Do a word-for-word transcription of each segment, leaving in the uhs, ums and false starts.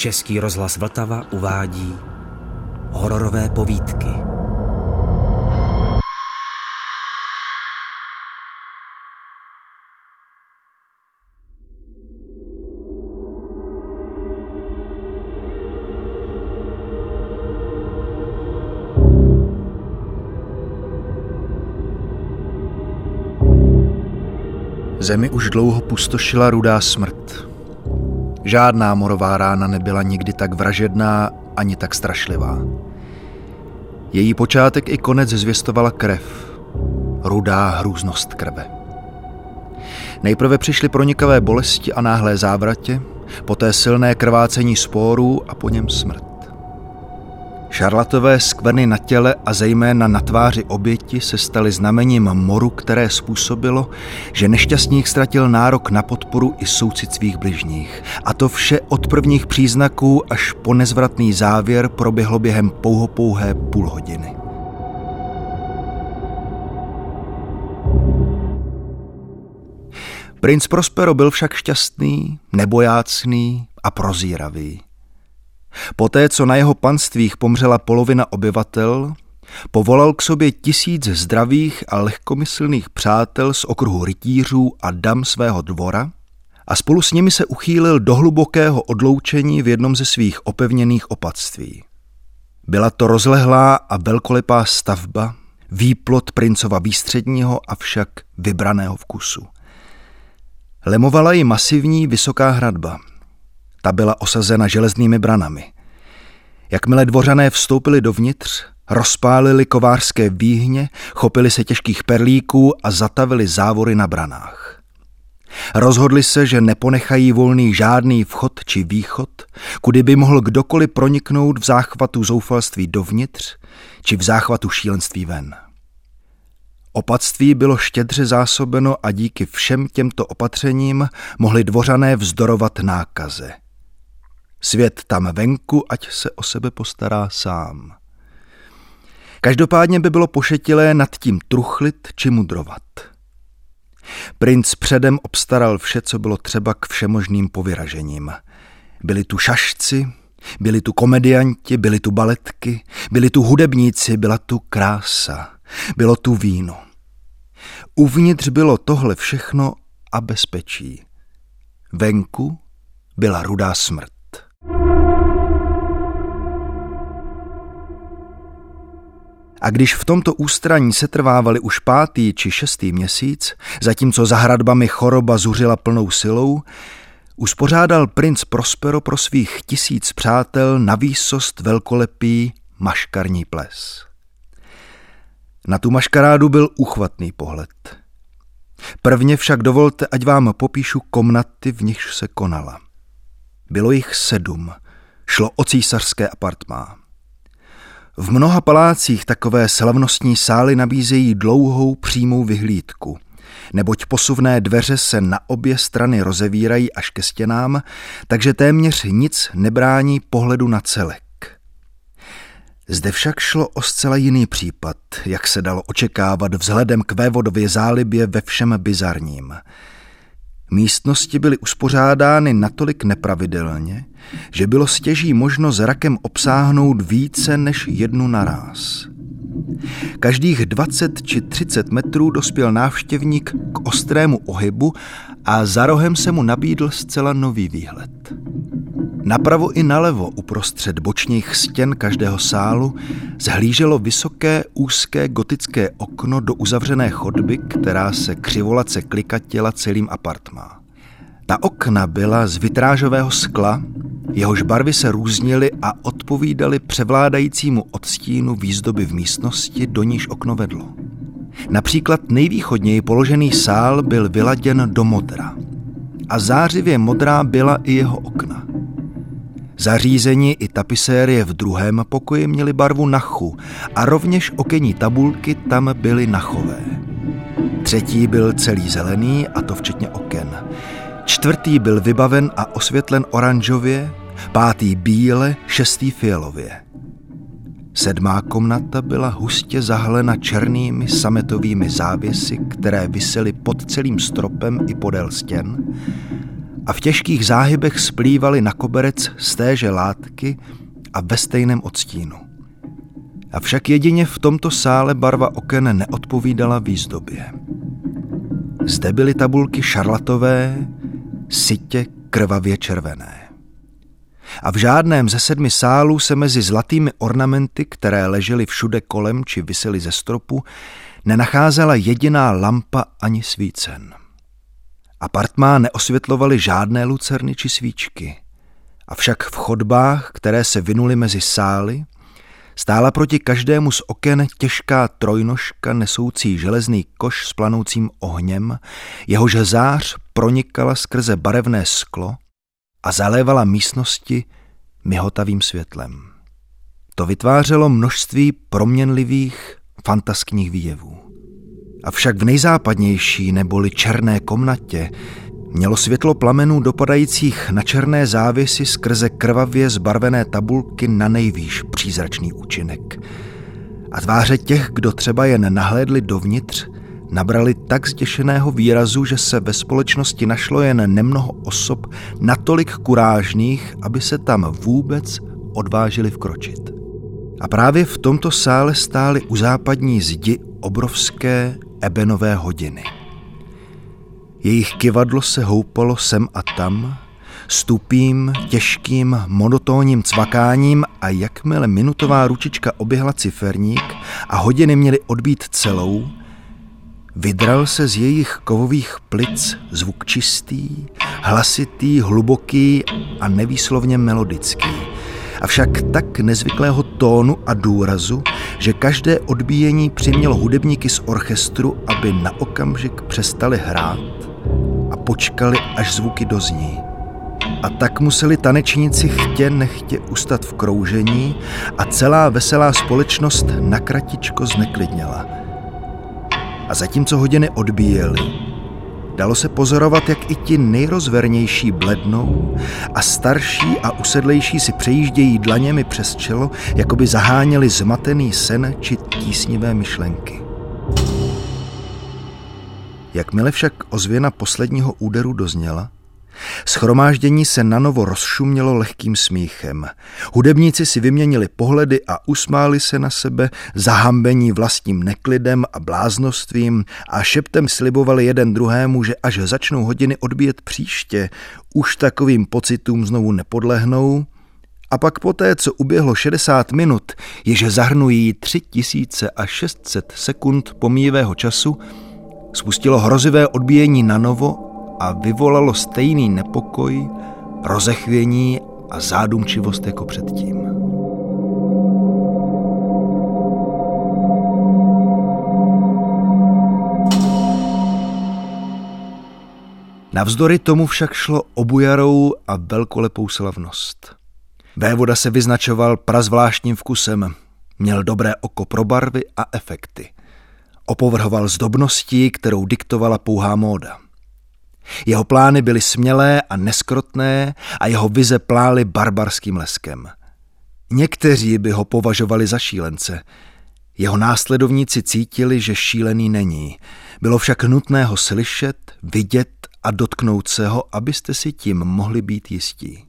Český rozhlas Vltava uvádí hororové povídky. Zemi už dlouho pustošila rudá smrt. Žádná morová rána nebyla nikdy tak vražedná ani tak strašlivá. Její počátek i konec zvěstovala krev. Rudá hrůznost krve. Nejprve přišly pronikavé bolesti a náhlé závratě, poté silné krvácení sporů a po něm smrt. Šarlatové skvrny na těle a zejména na tváři oběti se staly znamením moru, které způsobilo, že nešťastník ztratil nárok na podporu i soucit svých bližních. A to vše od prvních příznaků až po nezvratný závěr proběhlo během pouhopouhé půl hodiny. Princ Prospero byl však šťastný, nebojácný a prozíravý. Poté, co na jeho panstvích pomřela polovina obyvatel, povolal k sobě tisíc zdravých a lehkomyslných přátel z okruhu rytířů a dam svého dvora a spolu s nimi se uchýlil do hlubokého odloučení v jednom ze svých opevněných opatství. Byla to rozlehlá a velkolepá stavba, výplod princova výstředního, avšak vybraného vkusu. Lemovala ji masivní vysoká hradba. Ta byla osazena železnými branami. Jakmile dvořané vstoupili dovnitř, rozpálili kovářské výhně, chopili se těžkých perlíků a zatavili závory na branách. Rozhodli se, že neponechají volný žádný vchod či východ, kudy by mohl kdokoliv proniknout v záchvatu zoufalství dovnitř či v záchvatu šílenství ven. Opatství bylo štědře zásobeno a díky všem těmto opatřením mohli dvořané vzdorovat nákaze. Svět tam venku, ať se o sebe postará sám. Každopádně by bylo pošetilé nad tím truchlit či mudrovat. Princ předem obstaral vše, co bylo třeba k všemožným povyražením. Byli tu šašci, byli tu komedianti, byli tu baletky, byli tu hudebníci, byla tu krása, bylo tu víno. Uvnitř bylo tohle všechno a bezpečí. Venku byla rudá smrt. A když v tomto ústraní setrvávali už pátý či šestý měsíc, zatímco za hradbami choroba zuřila plnou silou, uspořádal princ Prospero pro svých tisíc přátel na výsost velkolepý maškarní ples. Na tu maškarádu byl úchvatný pohled. Prvně však dovolte, ať vám popíšu komnaty, v nichž se konala. Bylo jich sedm, šlo o císařské apartmá. V mnoha palácích takové slavnostní sály nabízejí dlouhou přímou vyhlídku, neboť posuvné dveře se na obě strany rozevírají až ke stěnám, takže téměř nic nebrání pohledu na celek. Zde však šlo o zcela jiný případ, jak se dalo očekávat vzhledem k vévodově zálibě ve všem bizarním. Místnosti byly uspořádány natolik nepravidelně, že bylo stěží možno zrakem obsáhnout více než jednu naráz. Každých dvacet či třicet metrů dospěl návštěvník k ostrému ohybu a za rohem se mu nabídl zcela nový výhled. Napravo i nalevo uprostřed bočních stěn každého sálu zhlíželo vysoké, úzké gotické okno do uzavřené chodby, která se křivolace klikatěla celým apartmá. Ta okna byla z vitrážového skla, jehož barvy se různily a odpovídaly převládajícímu odstínu výzdoby v místnosti, do níž okno vedlo. Například nejvýchodněji položený sál byl vyladěn do modra a zářivě modrá byla i jeho okna. Zařízení i tapisérie v druhém pokoji měly barvu nachu a rovněž okenní tabulky tam byly nachové. Třetí byl celý zelený, a to včetně oken. Čtvrtý byl vybaven a osvětlen oranžově, pátý bíle, šestý fialově. Sedmá komnata byla hustě zahalena černými sametovými závěsy, které visely pod celým stropem i podél stěn, a v těžkých záhybech splývaly na koberec z téže látky a ve stejném odstínu. Avšak jedině v tomto sále barva oken neodpovídala výzdobě. Zde byly tabulky šarlatové, sytě krvavě červené. A v žádném ze sedmi sálů se mezi zlatými ornamenty, které ležely všude kolem či visely ze stropu, nenacházela jediná lampa ani svícen. Apartmá neosvětlovaly žádné lucerny či svíčky. Avšak v chodbách, které se vinuly mezi sály, stála proti každému z oken těžká trojnožka nesoucí železný koš s planoucím ohněm, jehož zář pronikala skrze barevné sklo a zalévala místnosti mihotavým světlem. To vytvářelo množství proměnlivých, fantaskních výjevů. Avšak v nejzápadnější neboli černé komnatě mělo světlo plamenů dopadajících na černé závěsy skrze krvavě zbarvené tabulky na nejvýš přízračný účinek. A tváře těch, kdo třeba jen nahlédli dovnitř, nabrali tak zděšeného výrazu, že se ve společnosti našlo jen nemnoho osob natolik kurážných, aby se tam vůbec odvážili vkročit. A právě v tomto sále stály u západní zdi obrovské ebenové hodiny. Jejich kyvadlo se houpalo sem a tam, s tupým, těžkým, monotónním cvakáním a jakmile minutová ručička oběhla ciferník a hodiny měly odbít celou, vydral se z jejich kovových plic zvuk čistý, hlasitý, hluboký a nevýslovně melodický. Avšak tak nezvyklého tónu a důrazu, že každé odbíjení přimělo hudebníky z orchestru, aby na okamžik přestali hrát a počkali, až zvuky dozní. A tak museli tanečníci chtě nechtě ustat v kroužení a celá veselá společnost nakratičko zneklidněla. A zatímco hodiny odbíjely, dalo se pozorovat, jak i ti nejrozvernější blednou a starší a usedlejší si přejíždějí dlaněmi přes čelo, jako by zaháněli zmatený sen či tísnivé myšlenky. Jakmile však ozvěna posledního úderu dozněla, shromáždění se nanovo rozšumělo lehkým smíchem. Hudebníci si vyměnili pohledy a usmáli se na sebe, zahambení vlastním neklidem a bláznostvím a šeptem slibovali jeden druhému, že až začnou hodiny odbíjet příště, už takovým pocitům znovu nepodlehnou. A pak poté, co uběhlo šedesát minut, jež zahrnují tři tisíce šest set sekund pomíjivého času, spustilo hrozivé odbíjení nanovo a vyvolalo stejný nepokoj, rozechvění a zádumčivost jako předtím. Navzdory tomu však šlo o bujarou a velkolepou slavnost. Vévoda se vyznačoval prazvláštním vkusem, měl dobré oko pro barvy a efekty. Opovrhoval zdobností, kterou diktovala pouhá móda. Jeho plány byly smělé a neskrotné a jeho vize plály barbarským leskem. Někteří by ho považovali za šílence. Jeho následovníci cítili, že šílený není. Bylo však nutné ho slyšet, vidět a dotknout se ho, abyste si tím mohli být jistí.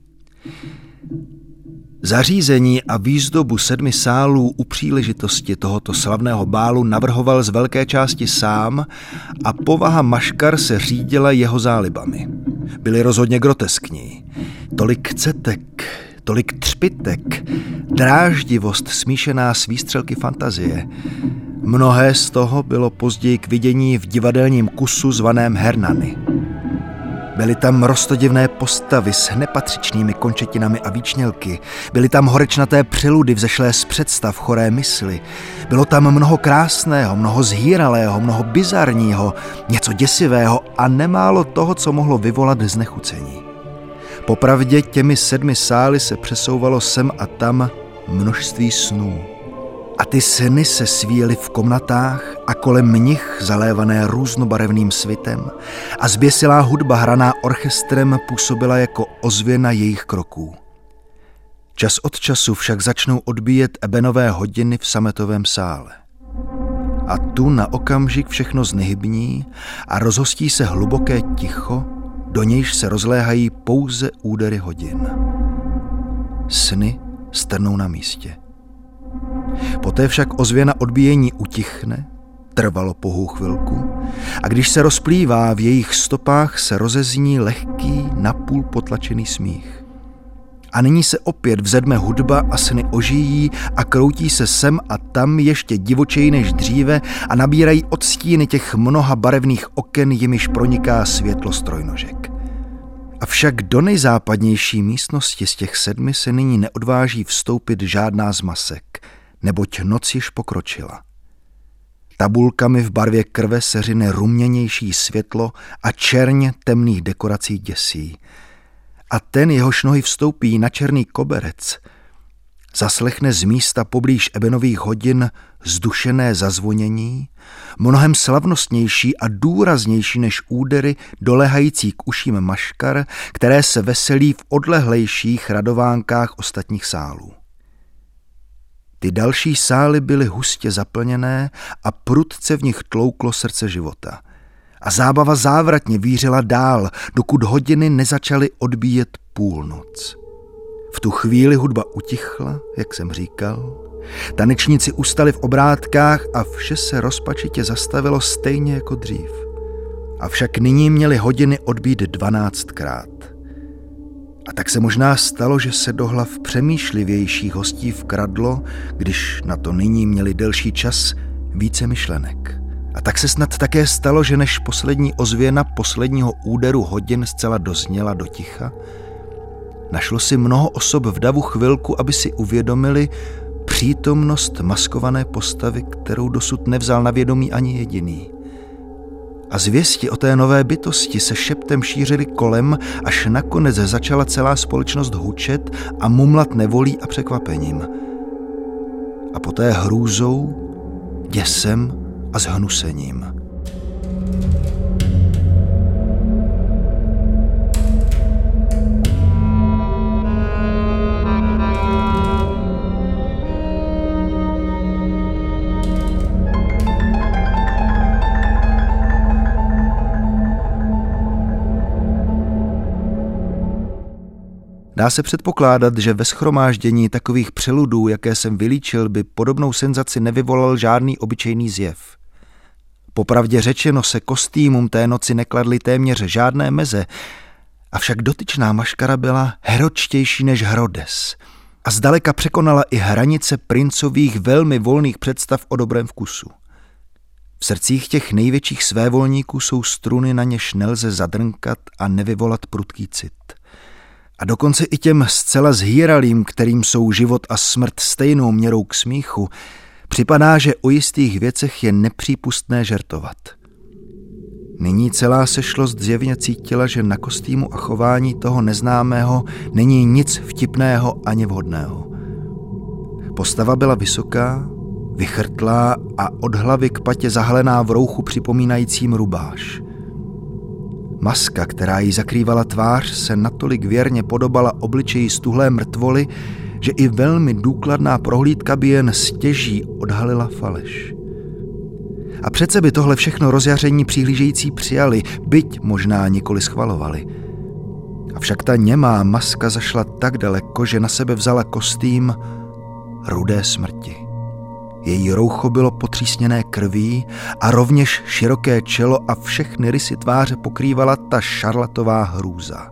Zařízení a výzdobu sedmi sálů u příležitosti tohoto slavného bálu navrhoval z velké části sám a povaha maškar se řídila jeho zálibami. Byly rozhodně groteskní. Tolik cetek, tolik třpitek, dráždivost smíšená s výstřelky fantazie. Mnohé z toho bylo později k vidění v divadelním kusu zvaném Hernany. Byly tam roztodivné postavy s nepatřičnými končetinami a výčnělky. Byly tam horečnaté přeludy vzešlé z představ choré mysli. Bylo tam mnoho krásného, mnoho zhýralého, mnoho bizarního, něco děsivého a nemálo toho, co mohlo vyvolat znechucení. Popravdě těmi sedmi sály se přesouvalo sem a tam množství snů. A ty sny se svíjely v komnatách a kolem nich zalévané různobarevným svitem a zběsilá hudba hraná orchestrem působila jako ozvěna jejich kroků. Čas od času však začnou odbíjet ebenové hodiny v sametovém sále. A tu na okamžik všechno znehybní a rozhostí se hluboké ticho, do nějž se rozléhají pouze údery hodin. Sny strnou na místě. Poté však ozvěna odbíjení utichne, trvalo pouhou chvilku, a když se rozplývá, v jejich stopách se rozezní lehký, napůl potlačený smích. A nyní se opět vzedme hudba a sny ožijí a kroutí se sem a tam ještě divočeji než dříve a nabírají odstíny těch mnoha barevných oken, jimiž proniká světlo z trojnožek. Avšak do nejzápadnější místnosti z těch sedmi se nyní neodváží vstoupit žádná z masek, neboť noc již pokročila. Tabulkami v barvě krve se řine ruměnější světlo a černě temných dekorací děsí. A ten, jehož nohy vstoupí na černý koberec, zaslechne z místa poblíž ebenových hodin zdušené zazvonění, mnohem slavnostnější a důraznější než údery dolehající k uším maškar, které se veselí v odlehlejších radovánkách ostatních sálů. Ty další sály byly hustě zaplněné a prudce v nich tlouklo srdce života. A zábava závratně vířila dál, dokud hodiny nezačaly odbíjet půlnoc. V tu chvíli hudba utichla, jak jsem říkal. Tanečníci ustali v obrátkách a vše se rozpačitě zastavilo stejně jako dřív. Avšak nyní měly hodiny odbít dvanáctkrát. A tak se možná stalo, že se do hlav přemýšlivějších hostí vkradlo, když na to nyní měli delší čas, více myšlenek. A tak se snad také stalo, že než poslední ozvěna posledního úderu hodin zcela dozněla do ticha, našlo si mnoho osob v davu chvilku, aby si uvědomili přítomnost maskované postavy, kterou dosud nevzal na vědomí ani jediný. A zvěsti o té nové bytosti se šeptem šířily kolem, až nakonec začala celá společnost hučet a mumlat nevolí a překvapením. A poté hrůzou, děsem a zhnusením. Dá se předpokládat, že ve shromáždění takových přeludů, jaké jsem vylíčil, by podobnou senzaci nevyvolal žádný obyčejný zjev. Popravdě řečeno se kostýmům té noci nekladly téměř žádné meze, avšak dotyčná maškara byla heročtější než Herodes a zdaleka překonala i hranice princových velmi volných představ o dobrém vkusu. V srdcích těch největších svévolníků jsou struny, na něž nelze zadrnkat a nevyvolat prudký cit. A dokonce i těm zcela zhýralým, kterým jsou život a smrt stejnou měrou k smíchu, připadá, že o jistých věcech je nepřípustné žertovat. Nyní celá sešlost zjevně cítila, že na kostýmu a chování toho neznámého není nic vtipného ani vhodného. Postava byla vysoká, vychrtlá a od hlavy k patě zahalená v rouchu připomínajícím rubáš. Maska, která jí zakrývala tvář, se natolik věrně podobala obličeji stuhlé mrtvoly, že i velmi důkladná prohlídka by jen stěží odhalila faleš. A přece by tohle všechno rozjaření přihlížející přijali, byť možná nikoli schvalovali. Avšak ta němá maska zašla tak daleko, že na sebe vzala kostým rudé smrti. Její roucho bylo potřísněné krví a rovněž široké čelo a všechny rysy tváře pokrývala ta šarlatová hrůza.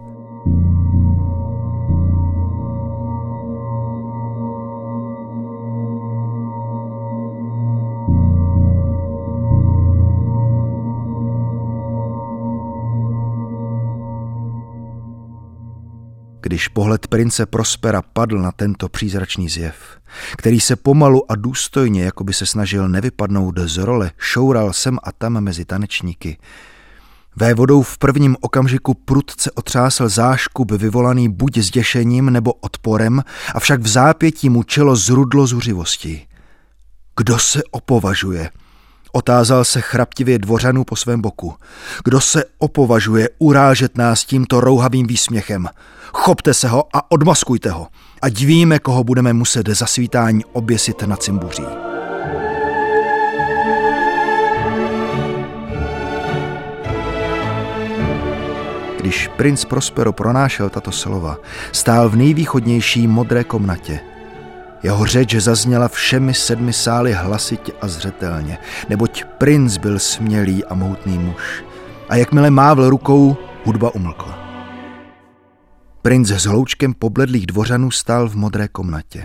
Když pohled prince Prospera padl na tento přízračný zjev, který se pomalu a důstojně, jako by se snažil nevypadnout z role, šoural sem a tam mezi tanečníky, vévodou v prvním okamžiku prudce otřásl záškup vyvolaný buď zděšením nebo odporem, avšak v zápětí mu čelo zrudlo zuřivostí. Kdo se opovažuje? Otázal se chraptivě dvořanů po svém boku. Kdo se opovažuje urážet nás tímto rouhavým výsměchem? Chopte se ho a odmaskujte ho, ať víme, koho budeme muset za svítání oběsit na cimbuří. Když Když princ Prospero pronášel tato slova, stál v nejvýchodnější modré komnatě. Jeho řeč zazněla všemi sedmi sály hlasitě a zřetelně, neboť princ byl smělý a mohutný muž. A jakmile mávl rukou, hudba umlkla. Princ s hloučkem pobledlých dvořanů stál v modré komnatě.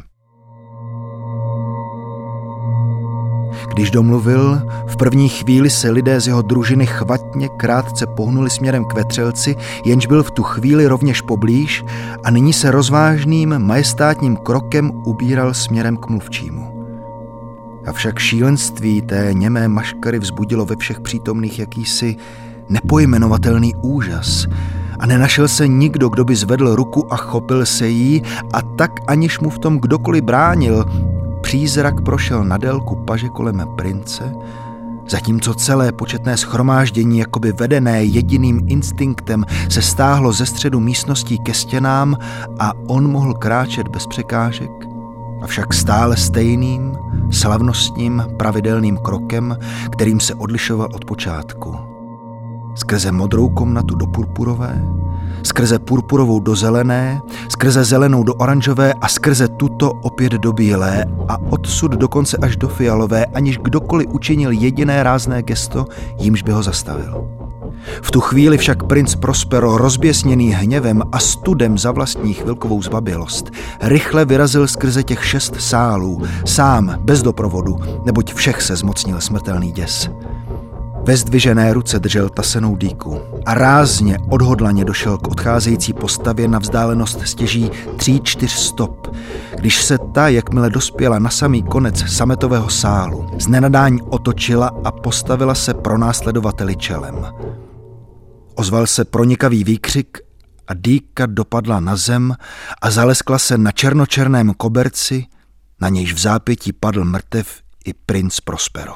Když domluvil, v první chvíli se lidé z jeho družiny chvatně krátce pohnuli směrem k vetřelci, jenž byl v tu chvíli rovněž poblíž a nyní se rozvážným majestátním krokem ubíral směrem k mluvčímu. Avšak šílenství té němé maškary vzbudilo ve všech přítomných jakýsi nepojmenovatelný úžas a nenašel se nikdo, kdo by zvedl ruku a chopil se jí, a tak aniž mu v tom kdokoliv bránil, přízrak prošel na délku paže kolem prince, zatímco celé početné shromáždění, jakoby vedené jediným instinktem, se stáhlo ze středu místností ke stěnám a on mohl kráčet bez překážek, avšak stále stejným, slavnostním, pravidelným krokem, kterým se odlišoval od počátku. Skrze modrou komnatu do purpurové, skrze purpurovou do zelené, skrze zelenou do oranžové a skrze tuto opět do bílé a odsud dokonce až do fialové, aniž kdokoliv učinil jediné rázné gesto, jímž by ho zastavil. V tu chvíli však princ Prospero, rozběsněný hněvem a studem za vlastní chvilkovou zbabělost, rychle vyrazil skrze těch šest sálů, sám, bez doprovodu, neboť všech se zmocnil smrtelný děs. Ve zdvižené ruce držel tasenou dýku a rázně, odhodlaně došel k odcházející postavě na vzdálenost stěží tří, čtyř stop, když se ta, jakmile dospěla na samý konec sametového sálu, z nenadání otočila a postavila se pro následovateli čelem. Ozval se pronikavý výkřik a dýka dopadla na zem a zaleskla se na černočerném koberci, na nějž v zápětí padl mrtev i princ Prospero.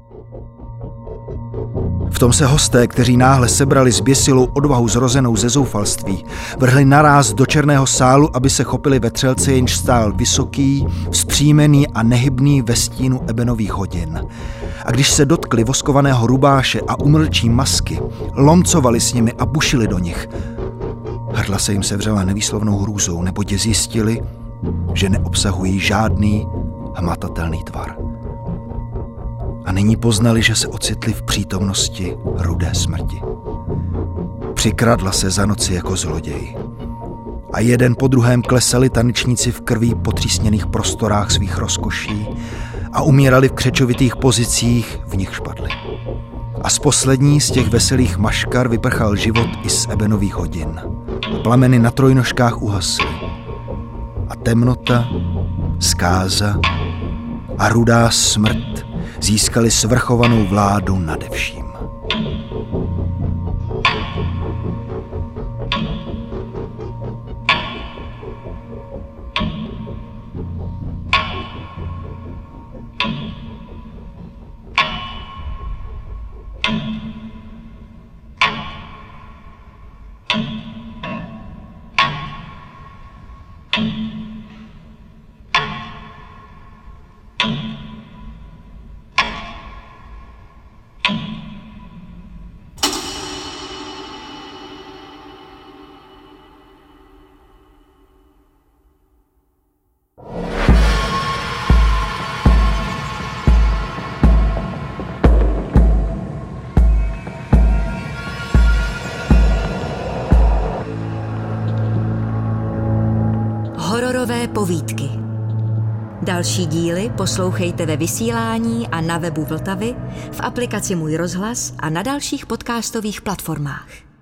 V tom se hosté, kteří náhle sebrali zběsilou odvahu zrozenou ze zoufalství, vrhli naráz do černého sálu, aby se chopili vetřelce, jenž stál vysoký, vzpřímený a nehybný ve stínu ebenových hodin. A když se dotkli voskovaného rubáše a umrčí masky, lomcovali s nimi a bušili do nich. Hrdla se jim sevřela nevýslovnou hrůzou, neboť zjistili, že neobsahují žádný hmatatelný tvar. A nyní poznali, že se ocitli v přítomnosti rudé smrti. Přikradla se za noci jako zloděj. A jeden po druhém klesali tanečníci v krví potřísněných prostorách svých rozkoší a umírali v křečovitých pozicích, v nich špadli. A z poslední z těch veselých maškar vyprchal život i z ebenových hodin. Plameny na trojnožkách uhasly. A temnota, zkáza a rudá smrt získali svrchovanou vládu nade vším. Hororové povídky. Další díly poslouchejte ve vysílání a na webu Vltavy, v aplikaci Můj rozhlas a na dalších podcastových platformách.